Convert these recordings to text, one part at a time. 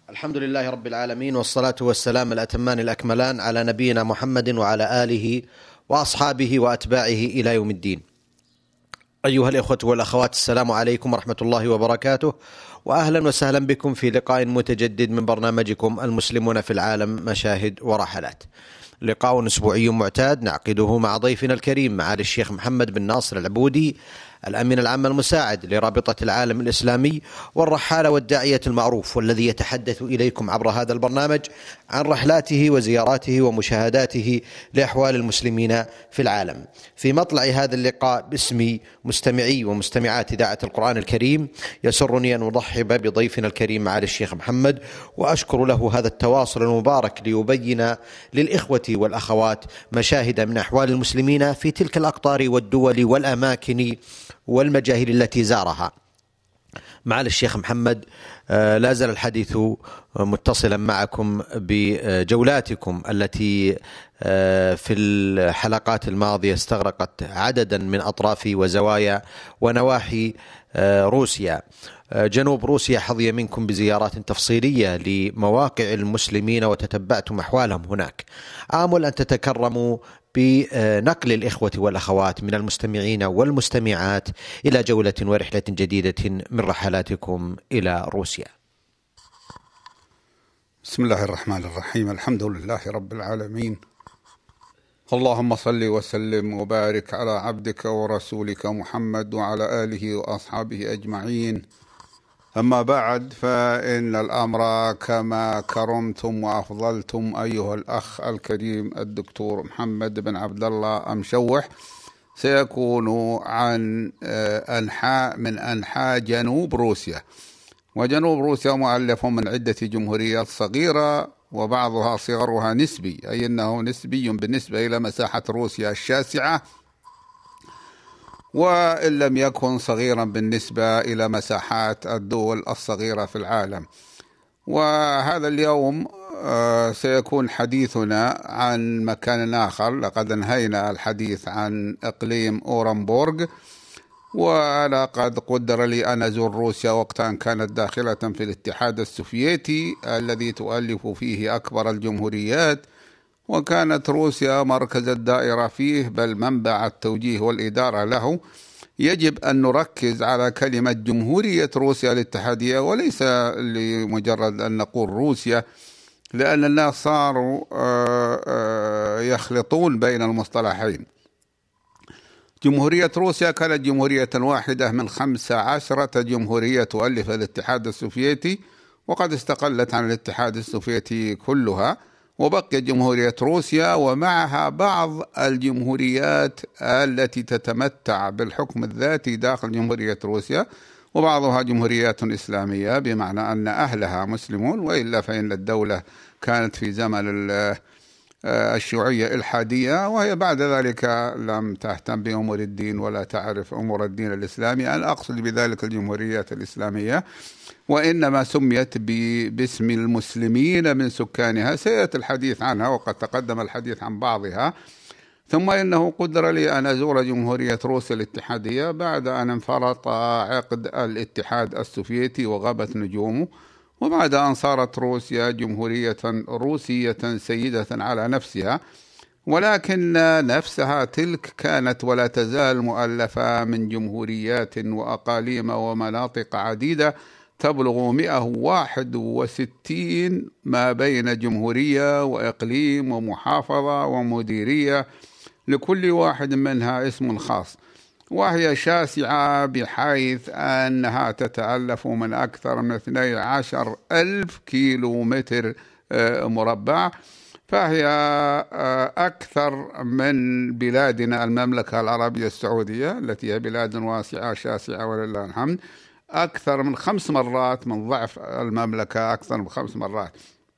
الحمد لله رب العالمين، والصلاة والسلام الأتمان الأكملان على نبينا محمد وعلى آله وأصحابه وأتباعه إلى يوم الدين. أيها الإخوة والأخوات، السلام عليكم ورحمة الله وبركاته، وأهلا وسهلا بكم في لقاء متجدد من برنامجكم المسلمون في العالم مشاهد ورحلات. لقاء أسبوعي معتاد نعقده مع ضيفنا الكريم معالي الشيخ محمد بن ناصر العبودي، الأمين العام المساعد لرابطة العالم الإسلامي والرحالة والداعية المعروف، والذي يتحدث إليكم عبر هذا البرنامج عن رحلاته وزياراته ومشاهداته لأحوال المسلمين في العالم. في مطلع هذا اللقاء باسم مستمعي ومستمعات إذاعة القرآن الكريم يسرني أن أرحب بضيفنا الكريم معالي الشيخ محمد، وأشكر له هذا التواصل المبارك ليبين للإخوة والأخوات مشاهد من أحوال المسلمين في تلك الأقطار والدول والأماكن والمجاهل التي زارها. معالي الشيخ محمد، لا زال الحديث متصلا معكم بجولاتكم التي في الحلقات الماضية استغرقت عددا من أطراف وزوايا ونواحي روسيا. جنوب روسيا حظي منكم بزيارات تفصيلية لمواقع المسلمين وتتبعتم أحوالهم هناك. آمل أن تتكرموا بنقل الإخوة والأخوات من المستمعين والمستمعات إلى جولة ورحلة جديدة من رحلاتكم إلى روسيا. بسم الله الرحمن الرحيم. الحمد لله رب العالمين، اللهم صل وسلم وبارك على عبدك ورسولك محمد وعلى آله وأصحابه أجمعين. أما بعد، فإن الأمر كما كرمتم وأفضلتم أيها الأخ الكريم الدكتور محمد بن عبد الله مشوح سيكون عن أنحاء من أنحاء جنوب روسيا. وجنوب روسيا مؤلف من عدة جمهوريات صغيرة، وبعضها صغرها نسبي، أي أنه نسبي بالنسبة إلى مساحة روسيا الشاسعة، وإن لم يكن صغيرا بالنسبة إلى مساحات الدول الصغيرة في العالم. وهذا اليوم سيكون حديثنا عن مكان آخر. لقد انهينا الحديث عن إقليم أورنبورغ، وأنا قد قدر لي أن أزور روسيا وقت أن كانت داخلة في الاتحاد السوفيتي الذي تؤلف فيه أكبر الجمهوريات، وكانت روسيا مركز الدائرة فيه، بل منبع التوجيه والإدارة له. يجب أن نركز على كلمة جمهورية روسيا الاتحادية، وليس لمجرد أن نقول روسيا، لأن الناس صاروا يخلطون بين المصطلحين. جمهورية روسيا كانت جمهورية واحدة من 15 جمهورية تؤلف الاتحاد السوفيتي، وقد استقلت عن الاتحاد السوفيتي كلها، وبقي جمهورية روسيا ومعها بعض الجمهوريات التي تتمتع بالحكم الذاتي داخل جمهورية روسيا، وبعضها جمهوريات إسلامية بمعنى أن أهلها مسلمون، وإلا فإن الدولة كانت في زمن الشيوعية إلحادية، وهي بعد ذلك لم تهتم بأمور الدين ولا تعرف أمور الدين الإسلامي. أنا أقصد بذلك الجمهوريات الإسلامية، وإنما سميت باسم المسلمين من سكانها. سيأتي الحديث عنها وقد تقدم الحديث عن بعضها. ثم إنه قدر لي أن أزور جمهورية روسيا الاتحادية بعد أن انفرط عقد الاتحاد السوفيتي وغابت نجومه، وبعد أن صارت روسيا جمهورية روسية سيدة على نفسها، ولكن نفسها تلك كانت ولا تزال مؤلفة من جمهوريات وأقاليم ومناطق عديدة تبلغ 161 ما بين جمهورية وإقليم ومحافظة ومديرية، لكل واحد منها اسم خاص، وهي شاسعة بحيث أنها تتألف من أكثر من 12,000 كيلومتر مربع، فهي أكثر من بلادنا المملكة العربية السعودية التي هي بلاد واسعة شاسعة ولله الحمد، أكثر من 5 مرات من ضعف المملكة، أكثر من 5 مرات.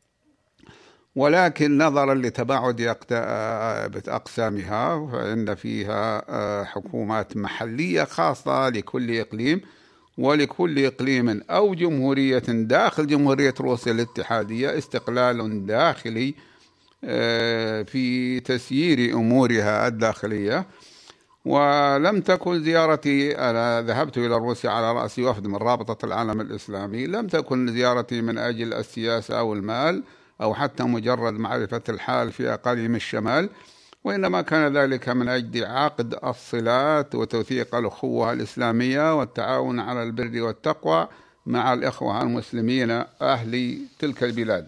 ولكن نظرا لتباعد أقسامها فإن فيها حكومات محلية خاصة لكل إقليم، ولكل إقليم أو جمهورية داخل جمهورية روسيا الاتحادية استقلال داخلي في تسيير أمورها الداخلية. ولم تكن زيارتي، أنا ذهبت إلى روسيا على رأس وفد من رابطة العالم الإسلامي، لم تكن زيارتي من أجل السياسة أو المال أو حتى مجرد معرفة الحال في أقاليم الشمال، وإنما كان ذلك من أجل عقد الصلات وتوثيق الأخوة الإسلامية والتعاون على البر والتقوى مع الإخوة المسلمين أهل تلك البلاد.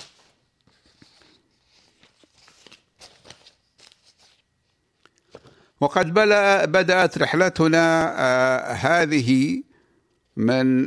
وقد بدأت رحلتنا هذه من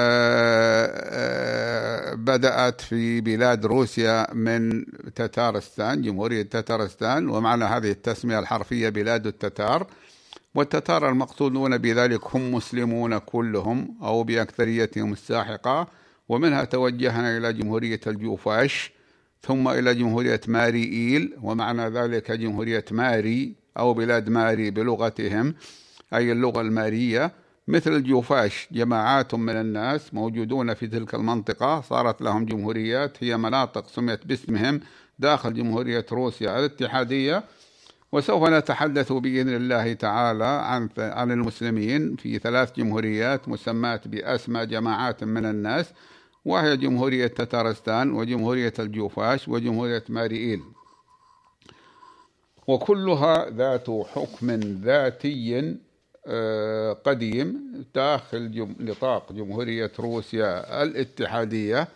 بدأت في بلاد روسيا من تتارستان، جمهورية تتارستان، ومعنى هذه التسمية الحرفية بلاد التتار، والتتار المقصودون بذلك هم مسلمون كلهم أو بأكثريتهم الساحقة، ومنها توجهنا إلى جمهورية الجوفاش، ثم إلى جمهورية ماري إيل، ومعنى ذلك جمهورية ماري أو بلاد ماري بلغتهم أي اللغة المارية. مثل الجوفاش جماعات من الناس موجودون في تلك المنطقة صارت لهم جمهوريات، هي مناطق سميت باسمهم داخل جمهورية روسيا الاتحادية. وسوف نتحدث بإذن الله تعالى عن المسلمين في 3 جمهوريات مسمات بأسماء جماعات من الناس، وهي جمهورية تتارستان وجمهورية الجوفاش وجمهورية ماريئيل، وكلها ذات حكم ذاتي قديم داخل نطاق جمهورية روسيا الاتحادية.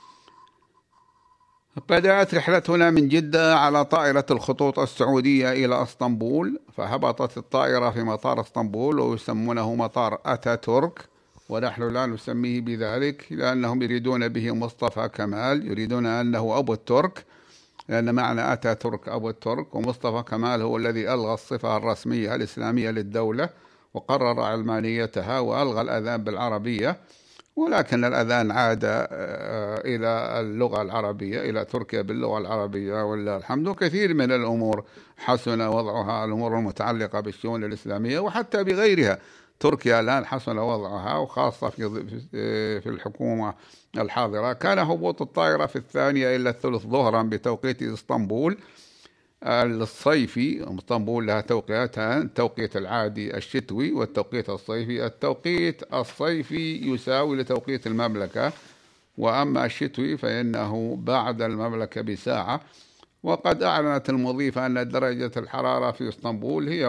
بدأت رحلتنا من جدة على طائرة الخطوط السعودية إلى اسطنبول، فهبطت الطائرة في مطار اسطنبول ويسمونه مطار أتاتورك، ونحن لا نسميه بذلك لأنهم يريدون به مصطفى كمال، يريدون أنه أبو الترك، لأن معنى أتاتورك أبو الترك، ومصطفى كمال هو الذي ألغى الصفة الرسمية الإسلامية للدولة وقرر علمانيتها وألغى الأذان بالعربية، ولكن الأذان عاد إلى اللغة العربية، إلى تركيا باللغة العربية ولله الحمد. وكثير من الأمور حسن وضعها، الأمور المتعلقة بالشؤون الإسلامية وحتى بغيرها. تركيا الآن حسن وضعها، وخاصة في الحكومة الحاضرة. كان هبوط الطائرة في 2 إلى 3 ظهرا بتوقيت اسطنبول الصيفي. اسطنبول لها توقيتان، التوقيت العادي الشتوي والتوقيت الصيفي. التوقيت الصيفي يساوي لتوقيت المملكة، وأما الشتوي فإنه بعد المملكة بساعة. وقد أعلنت المضيفة أن درجة الحرارة في اسطنبول هي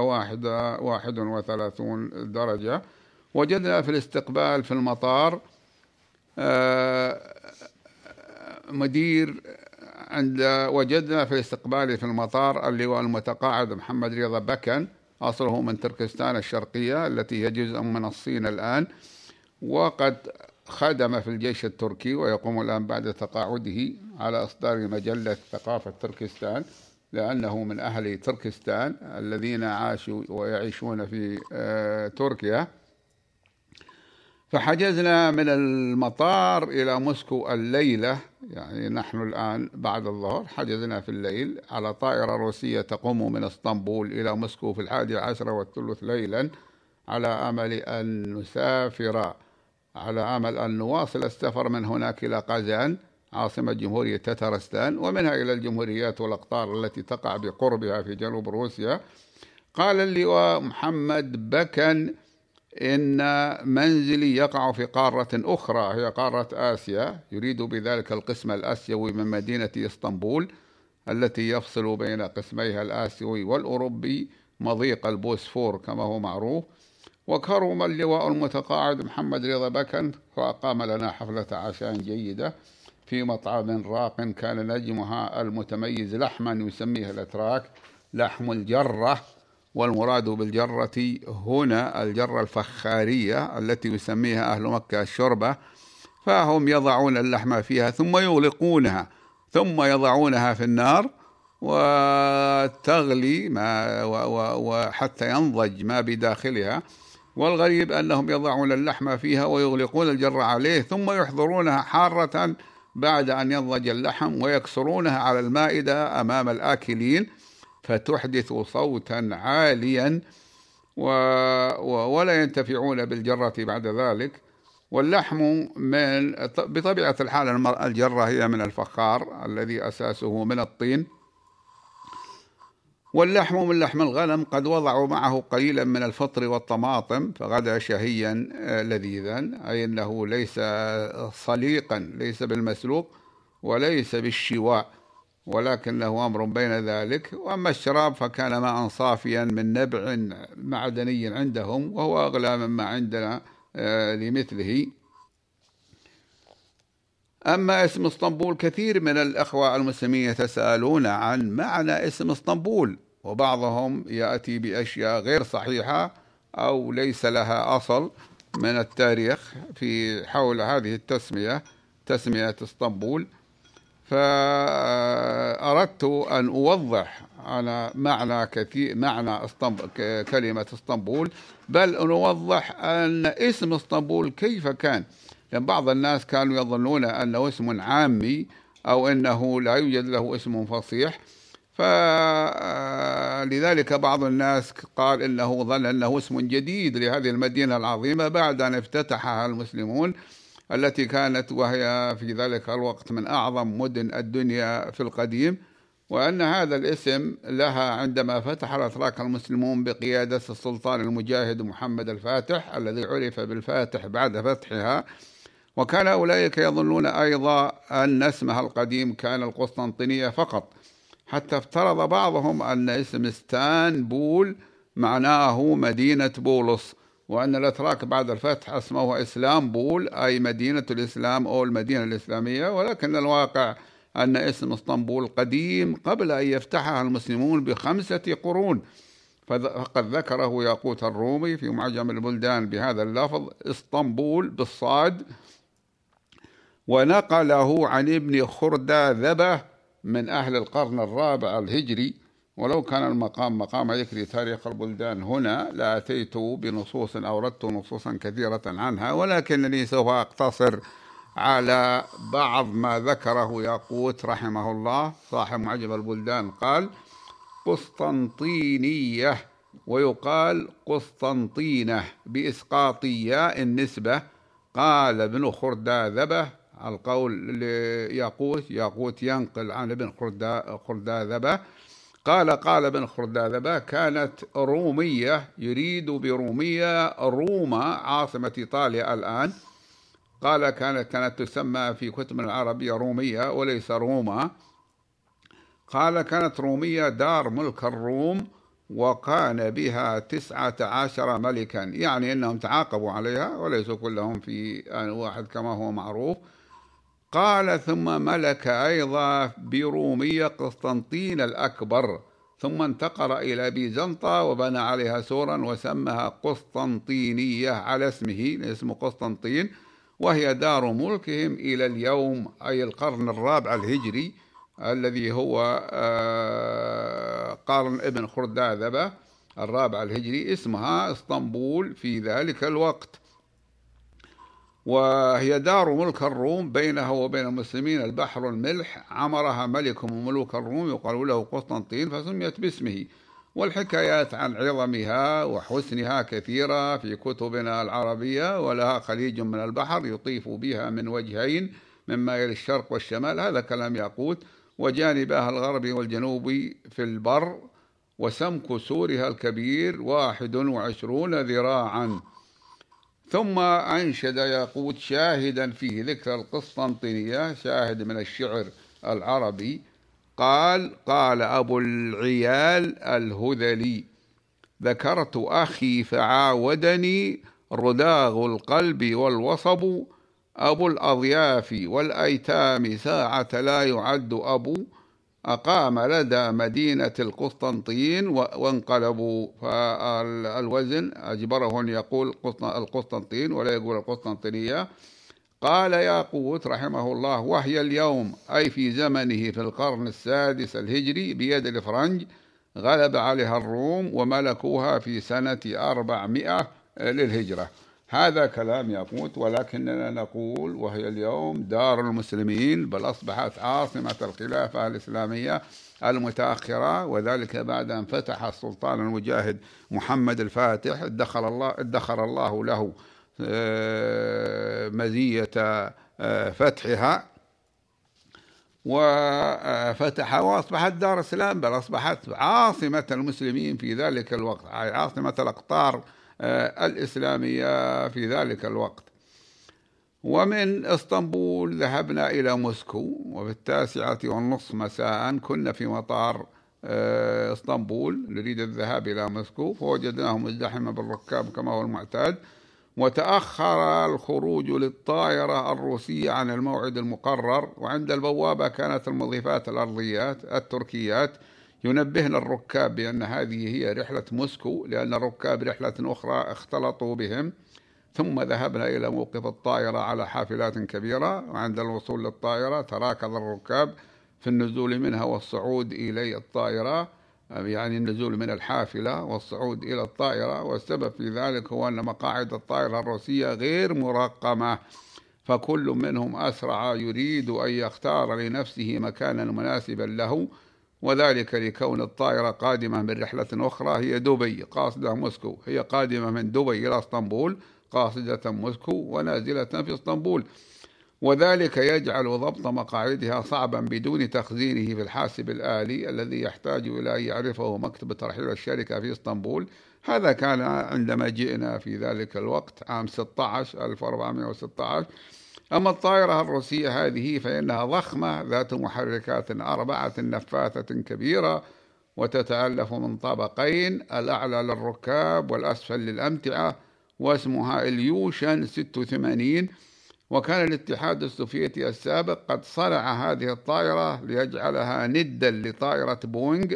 31 درجة. وجدنا في الاستقبال في المطار وجدنا في الاستقبال في المطار اللواء المتقاعد محمد رضا بكن، أصله من تركستان الشرقية التي هي جزء من الصين الآن، وقد خدم في الجيش التركي، ويقوم الآن بعد تقاعده على إصدار مجلة ثقافة تركستان، لأنه من أهل تركستان الذين عاشوا ويعيشون في تركيا. فحجزنا من المطار إلى موسكو الليلة، يعني نحن الآن بعد الظهر، حجزنا في الليل على طائرة روسية تقوم من اسطنبول إلى موسكو في 11:30 ليلا، على أمل أن نسافر، على أمل أن نواصل السفر من هناك إلى قازان عاصمة جمهورية تتارستان، ومنها إلى الجمهوريات والأقطار التي تقع بقربها في جنوب روسيا. قال اللواء محمد بكن إن منزلي يقع في قارة أخرى هي قارة آسيا، يريد بذلك القسم الآسيوي من مدينة اسطنبول التي يفصل بين قسميها الآسيوي والأوروبي مضيق البوسفور كما هو معروف. وكرم اللواء المتقاعد محمد رضا بكن وأقام لنا حفلة عشاء جيدة في مطعم راق كان نجمها المتميز لحما يسميه الأتراك لحم الجرة، والمراد بالجرة هنا الجرة الفخارية التي يسميها أهل مكة الشربة. فهم يضعون اللحم فيها ثم يغلقونها ثم يضعونها في النار وتغلي وحتى ينضج ما بداخلها. والغريب أنهم يضعون اللحم فيها ويغلقون الجرة عليه ثم يحضرونها حارة بعد أن ينضج اللحم ويكسرونها على المائدة أمام الآكلين، فتحدث صوتا عاليا ولا ينتفعون بالجرة بعد ذلك. واللحم بطبيعة الحال الجرة هي من الفخار الذي أساسه من الطين، واللحم من لحم الغنم قد وضعوا معه قليلا من الفطر والطماطم فغدا شهيا لذيذا، أي أنه ليس صليقا، ليس بالمسلوق وليس بالشواء، ولكنه أمر بين ذلك. وأما الشراب فكان ماء صافيا من نبع معدني عندهم، وهو أغلى مما عندنا لمثله. أما اسم اسطنبول، كثير من الأخوة المسلمين يتساءلون عن معنى اسم اسطنبول، وبعضهم يأتي بأشياء غير صحيحة أو ليس لها أصل من التاريخ في حول هذه التسمية، تسمية اسطنبول. فأردت أن أوضح على معنى كلمة اسطنبول، بل أن أوضح أن اسم اسطنبول كيف كان. لأن بعض الناس كانوا يظنون أنه اسم عامي أو أنه لا يوجد له اسم فصيح، فلذلك بعض الناس قال إنه ظن أنه اسم جديد لهذه المدينة العظيمة بعد أن افتتحها المسلمون، التي كانت وهي في ذلك الوقت من أعظم مدن الدنيا في القديم. وأن هذا الاسم لها عندما فتح الأتراك المسلمون بقيادة السلطان المجاهد محمد الفاتح، الذي عرف بالفاتح بعد فتحها. وكان أولئك يظنون أيضا أن اسمها القديم كان القسطنطينية فقط، حتى افترض بعضهم أن اسم اسطنبول معناه مدينة بولس، وأن الأتراك بعد الفتح اسموها إسلامبول، أي مدينة الإسلام أو المدينة الإسلامية. ولكن الواقع أن اسم اسطنبول قديم قبل أن يفتحها المسلمون ب5 قرون، فقد ذكره ياقوت الرومي في معجم البلدان بهذا اللفظ اسطنبول بالصاد، ونقله عن ابن خرداذبة من أهل القرن الرابع الهجري. ولو كان المقام مقام ذكر تاريخ البلدان هنا لأتيت بنصوص أو أوردت نصوصا كثيرة عنها، ولكنني سوف أقتصر على بعض ما ذكره ياقوت رحمه الله صاحب معجم البلدان. قال قسطنطينية، ويقال قسطنطينة بإسقاط ياء النسبة. قال ابن خرداذبة، القول ياقوت ينقل عن ابن خرداذبة، قال ابن خرداذبة كانت رومية، يريد برومية روما عاصمة إيطاليا الآن. قال كانت تسمى في كتب العربية رومية وليس روما. قال كانت رومية دار ملك الروم، وكان بها 19 ملكا، يعني أنهم تعاقبوا عليها وليسوا كلهم في آن واحد كما هو معروف. قال ثم ملك أيضا برومية قسطنطين الأكبر، ثم انتقل إلى بيزنطة وبنى عليها سورا وسمها قسطنطينية على اسمه قسطنطين، وهي دار ملكهم إلى اليوم، أي القرن الرابع الهجري الذي هو قرن ابن خرداذبة الرابع الهجري، اسمها اسطنبول في ذلك الوقت. وهي دار ملك الروم، بينها وبين المسلمين البحر الملح، عمرها ملك من ملوك الروم يقال له قسطنطين فسميت باسمه. والحكايات عن عظمها وحسنها كثيرة في كتبنا العربية، ولها خليج من البحر يطيف بها من وجهين مما يلي الشرق والشمال، هذا كلام ياقوت، وجانبها الغربي والجنوبي في البر، وسمك سورها الكبير 21 ذراعا. ثم أنشد ياقوت شاهدا فيه ذكر القسطنطينية، شاهد من الشعر العربي، قال أبو العيال الهذلي ذكرت أخي فعاودني رداغ القلب والوصب، أبو الأضياف والأيتام ساعة لا يعد أبو، أقام لدى مدينة القسطنطين وانقلبوا. فالوزن أجبره أن يقول القسطنطين ولا يقول القسطنطينية. قال ياقوت رحمه الله وهي اليوم، أي في زمنه في القرن السادس الهجري بيد الفرنج، غلب عليها الروم وملكوها في سنة 400 للهجرة. هذا كلام ياقوت، ولكننا نقول وهي اليوم دار المسلمين، بل أصبحت عاصمة الخلافة الإسلامية المتأخرة، وذلك بعد أن فتح السلطان المجاهد محمد الفاتح، ادخر الله له مزية فتحها. وفتح وأصبحت دار السلام، بل أصبحت عاصمة المسلمين في ذلك الوقت، عاصمة الأقطار الإسلامية في ذلك الوقت. ومن اسطنبول ذهبنا إلى موسكو، وفي 9:30 مساء كنا في مطار اسطنبول نريد الذهاب إلى موسكو، فوجدناه مزدحما بالركاب كما هو المعتاد، وتأخر الخروج للطائرة الروسية عن الموعد المقرر. وعند البوابة كانت المضيفات الأرضيات التركيات ينبهن الركاب بأن هذه هي رحلة موسكو، لأن الركاب رحلة أخرى اختلطوا بهم. ثم ذهبنا إلى موقف الطائرة على حافلات كبيرة، وعند الوصول للطائرة تراكض الركاب في النزول منها والصعود إلى الطائرة، يعني النزول من الحافلة والصعود إلى الطائرة. والسبب في ذلك هو أن مقاعد الطائرة الروسية غير مرقمة، فكل منهم أسرع يريد أن يختار لنفسه مكانا مناسبا له، وذلك لكون الطائرة قادمة من رحلة أخرى هي دبي قاصدة موسكو، هي قادمة من دبي إلى اسطنبول قاصدة موسكو ونازلة في اسطنبول، وذلك يجعل ضبط مقاعدها صعبا بدون تخزينه في الحاسب الآلي الذي يحتاج إلى أن يعرفه مكتب ترحيل الشركة في اسطنبول. هذا كان عندما جئنا في ذلك الوقت عام 1416. أما الطائرة الروسية هذه فإنها ضخمة ذات محركات 4 نفاثة كبيرة، وتتألف من طابقين، الأعلى للركاب والأسفل للأمتعة، واسمها إليوشن 86. وكان الاتحاد السوفيتي السابق قد صنع هذه الطائرة ليجعلها ندا لطائرة بوينغ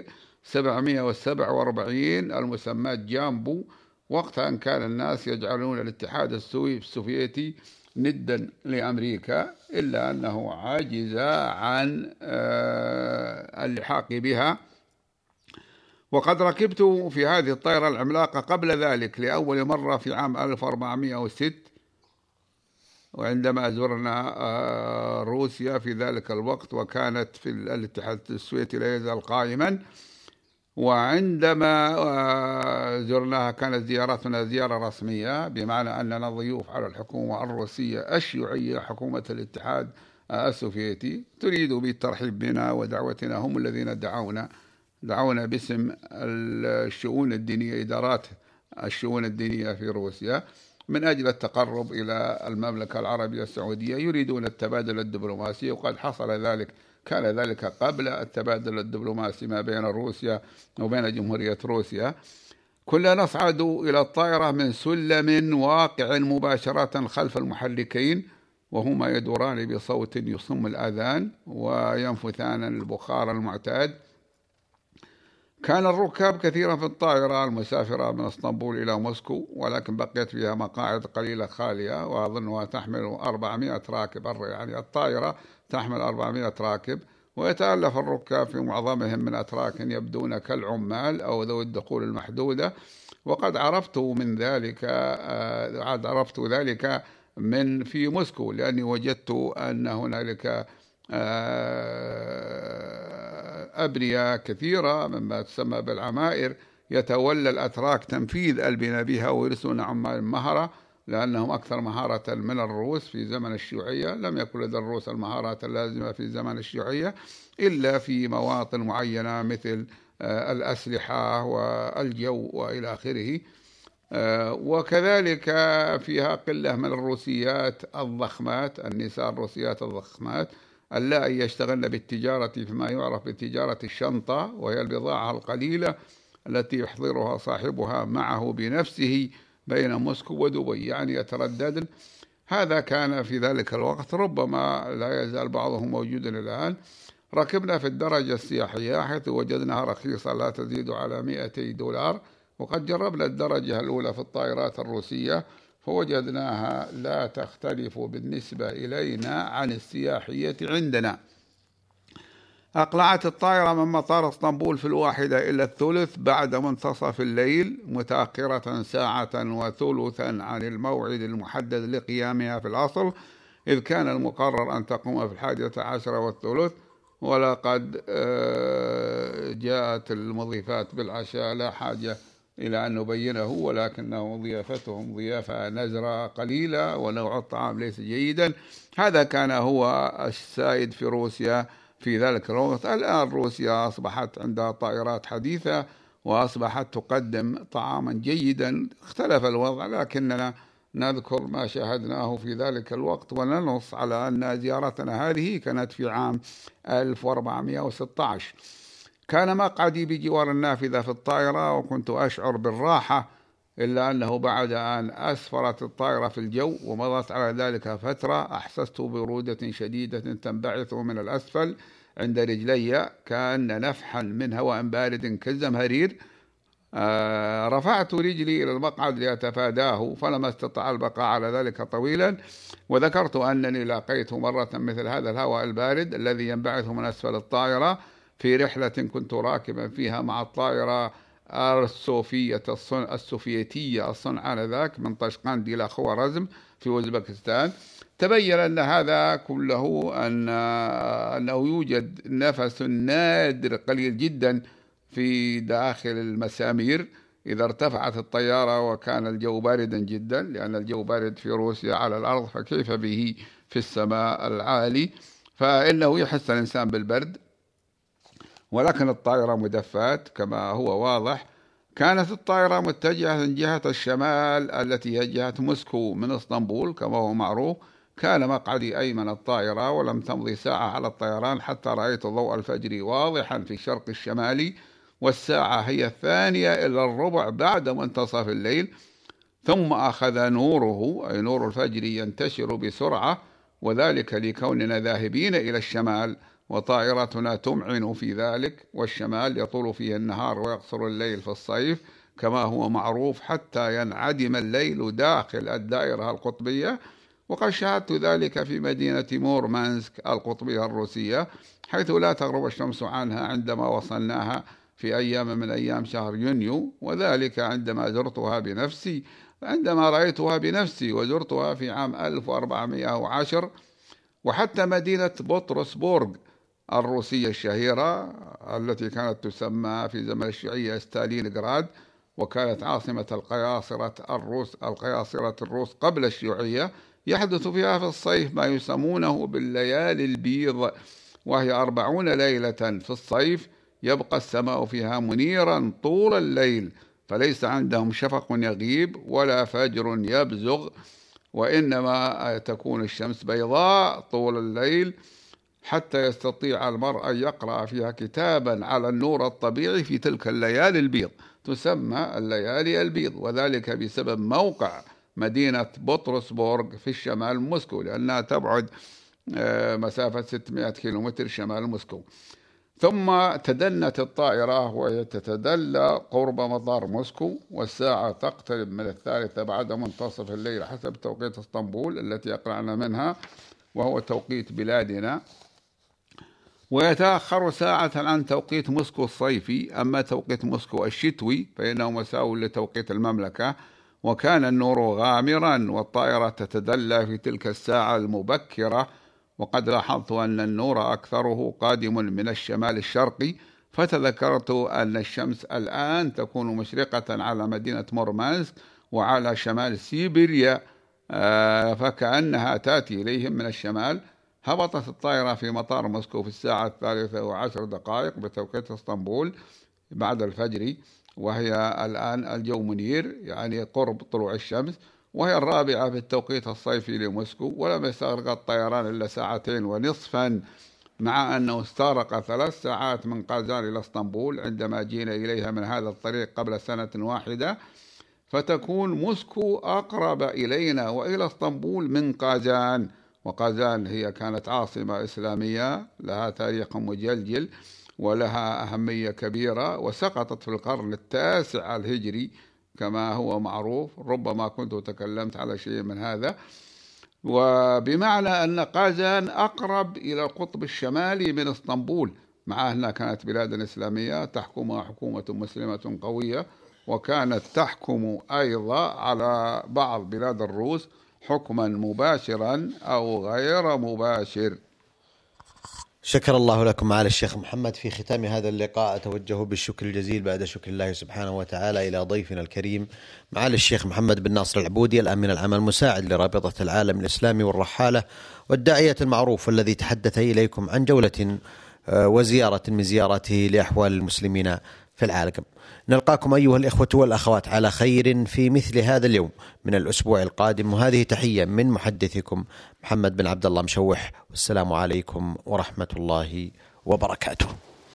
747 المسماة جامبو. وقتها كان الناس يجعلون الاتحاد السوفيتي ندا لأمريكا، إلا أنه عجز عن اللحاق بها. وقد ركبت في هذه الطائرة العملاقة قبل ذلك لأول مرة في عام 1406، وعندما زرنا روسيا في ذلك الوقت، وكانت في الاتحاد السوفيتي لا يزال قائما. وعندما زرناها كانت زيارتنا زيارة رسمية، بمعنى أننا ضيوف على الحكومة الروسية الشيوعية، حكومة الاتحاد السوفيتي تريد بالترحيب بنا ودعوتنا. هم الذين دعونا باسم الشؤون الدينية، إدارات الشؤون الدينية في روسيا، من أجل التقرب إلى المملكة العربية السعودية، يريدون التبادل الدبلوماسي. وقد حصل ذلك، كان ذلك قبل التبادل الدبلوماسي ما بين روسيا وبين جمهورية روسيا. كنا نصعد إلى الطائرة من سلم واقع مباشرة خلف المحركين، وهما يدوران بصوت يصم الآذان وينفثان البخار المعتاد. كان الركاب كثيرا في الطائرة المسافرة من اسطنبول إلى موسكو، ولكن بقيت فيها مقاعد قليلة خالية، وأظنها تحمل 400 راكب، يعني الطائرة تحمل 400 راكب، ويتألف الركاب في معظمهم من أتراك يبدون كالعمال أو ذوي الدخول المحدودة. وقد عرفت ذلك من في موسكو، لأني وجدت أن هنالك أبنية كثيرة مما تسمى بالعمائر يتولى الأتراك تنفيذ البناء بها، ويرسلون عمال مهرة، لأنهم أكثر مهارة من الروس في زمن الشيوعية. لم يكن لدى الروس المهارات اللازمة في زمن الشيوعية إلا في مواطن معينة مثل الأسلحة والجو وإلى آخره. وكذلك فيها قلة من الروسيات الضخمات، النساء الروسيات الضخمات اللائي يشتغلن بالتجارة فيما يعرف بتجارة الشنطة، وهي البضاعة القليلة التي يحضرها صاحبها معه بنفسه بين موسكو ودبي، يعني يترددن. هذا كان في ذلك الوقت، ربما لا يزال بعضهم موجودا الآن. ركبنا في الدرجة السياحية حيث وجدناها رخيصة لا تزيد على $200، وقد جربنا الدرجة الأولى في الطائرات الروسية فوجدناها لا تختلف بالنسبة إلينا عن السياحية عندنا. أقلعت الطائرة من مطار اسطنبول في 1:01 بعد منتصف الليل، متأخرة 1:03 عن الموعد المحدد لقيامها في الأصل، إذ كان المقرر أن تقوم في 11:03. ولقد جاءت المضيفات بالعشاء، لا حاجة إلى أن نبينه، ولكنه ضيافتهم ضيافة نزرة قليلة ونوع الطعام ليس جيدا. هذا كان هو السائد في روسيا في ذلك الوقت. الآن روسيا أصبحت عندها طائرات حديثة وأصبحت تقدم طعاما جيدا. اختلف الوضع، لكننا نذكر ما شاهدناه في ذلك الوقت وننص على أن زيارتنا هذه كانت في عام 1416. كان مقعدي بجوار النافذة في الطائرة وكنت أشعر بالراحة، إلا أنه بعد أن أسفرت الطائرة في الجو ومضت على ذلك فترة أحسست برودة شديدة تنبعث من الأسفل عند رجلي، كأن نفحا من هواء بارد كالزمهرير. رفعت رجلي إلى المقعد لأتفاداه فلم استطع البقاء على ذلك طويلا، وذكرت أنني لاقيت مرة مثل هذا الهواء البارد الذي ينبعث من أسفل الطائرة في رحلة كنت راكبا فيها مع الطائرة السوفيتية الصنع آنذاك من طشقند إلى خوارزم في أوزبكستان. تبين أن هذا كله أنه يوجد نفس نادر قليل جدا في داخل المسامير إذا ارتفعت الطيارة وكان الجو باردا جدا، لأن الجو بارد في روسيا على الأرض، فكيف به في السماء العالي؟ فإنه يحس الإنسان بالبرد. ولكن الطائرة مدفات كما هو واضح. كانت الطائرة متجهة جهة الشمال التي هي جهة موسكو من اسطنبول كما هو معروف. كان مقعدي أيمن الطائرة، ولم تمضي ساعة على الطيران حتى رأيت ضوء الفجر واضحا في الشرق الشمالي، والساعة هي 2:45 بعد منتصف الليل. ثم أخذ نوره أي نور الفجر ينتشر بسرعة، وذلك لكوننا ذاهبين إلى الشمال وطائرتنا تمعن في ذلك، والشمال يطول فيه النهار ويقصر الليل في الصيف كما هو معروف حتى ينعدم الليل داخل الدائرة القطبية. وقد شاهدت ذلك في مدينة مورمانسك القطبية الروسية، حيث لا تغرب الشمس عنها عندما وصلناها في أيام من أيام شهر يونيو، وذلك عندما رأيتها بنفسي وزرتها في عام 1410. وحتى مدينة بطرسبورغ الروسية الشهيرة التي كانت تسمى في زمن الشيوعية ستالينغراد، وكانت عاصمة القياصرة الروس قبل الشيوعية، يحدث فيها في الصيف ما يسمونه بالليالي البيض، وهي 40 ليلة في الصيف يبقى السماء فيها منيرا طول الليل، فليس عندهم شفق يغيب ولا فجر يبزغ، وإنما تكون الشمس بيضاء طول الليل حتى يستطيع المرء أن يقرأ فيها كتابا على النور الطبيعي في تلك الليالي البيض، تسمى الليالي البيض، وذلك بسبب موقع مدينة بطرسبورغ في الشمال موسكو، لأنها تبعد مسافة 600 كيلومتر شمال موسكو. ثم تدنت الطائرة وهي تتدلى قرب مطار موسكو، والساعة تقترب من 3 بعد منتصف الليل حسب توقيت اسطنبول التي أقلعنا منها وهو توقيت بلادنا، ويتأخر ساعة عن توقيت موسكو الصيفي. أما توقيت موسكو الشتوي فإنه مساو لتوقيت المملكة. وكان النور غامرا والطائرة تتدلى في تلك الساعة المبكرة، وقد لاحظت أن النور أكثره قادم من الشمال الشرقي، فتذكرت أن الشمس الآن تكون مشرقة على مدينة مورمانسك وعلى شمال سيبيريا، فكأنها تأتي إليهم من الشمال. هبطت الطائرة في مطار موسكو في الساعة 3:10 بتوقيت اسطنبول بعد الفجر، وهي الآن الجو منير يعني قرب طلوع الشمس، وهي 4 بالتوقيت الصيفي لموسكو. ولم يستغرق الطيران إلا 2.5 ساعة، مع أنه استغرق 3 ساعات من قازان إلى اسطنبول عندما جينا إليها من هذا الطريق قبل 1 سنة، فتكون موسكو أقرب إلينا وإلى اسطنبول من قازان. وقازان هي كانت عاصمة إسلامية لها تاريخ مجلجل ولها أهمية كبيرة، وسقطت في القرن 9 الهجري كما هو معروف. ربما كنت تكلمت على شيء من هذا، وبمعنى أن قازان أقرب إلى القطب الشمالي من اسطنبول، مع أنها كانت بلادا إسلامية تحكمها حكومة مسلمة قوية، وكانت تحكم أيضا على بعض بلاد الروس حكما مباشرا أو غير مباشر. شكر الله لكم معالي الشيخ محمد. في ختام هذا اللقاء أتوجه بالشكر الجزيل بعد شكر الله سبحانه وتعالى إلى ضيفنا الكريم معالي الشيخ محمد بن ناصر العبودي، الأمين العام المساعد لرابطة العالم الإسلامي والرحالة والداعية المعروف، والذي تحدث إليكم عن جولة وزيارة من زياراته لأحوال المسلمين في العالم. نلقاكم أيها الإخوة والأخوات على خير في مثل هذا اليوم من الأسبوع القادم، وهذه تحية من محدثكم محمد بن عبد الله مشوح، والسلام عليكم ورحمة الله وبركاته.